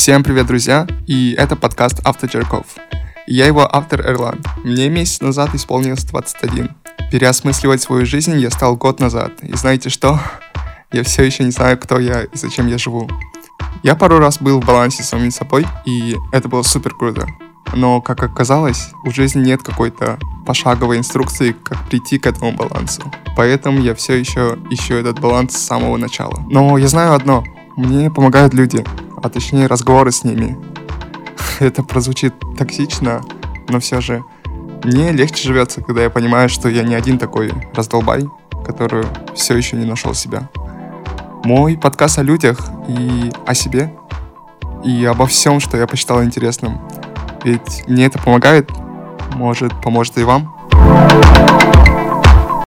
Всем привет, друзья, и это подкаст «Автоджерков». Я его автор Эрлан. Мне месяц назад исполнилось 21. Переосмысливать свою жизнь я стал год назад. И знаете что? Я все еще не знаю, кто я и зачем я живу. Я пару раз был в балансе с самим собой, и это было супер круто. Но, как оказалось, у жизни нет какой-то пошаговой инструкции, как прийти к этому балансу. Поэтому я все еще ищу этот баланс с самого начала. Но я знаю одно. Мне помогают люди, а точнее разговоры с ними. Это прозвучит токсично, но все же мне легче живется, когда я понимаю, что я не один такой раздолбай, который все еще не нашел себя. Мой подкаст о людях и о себе, и обо всем, что я посчитал интересным. Ведь мне это помогает, может, поможет и вам.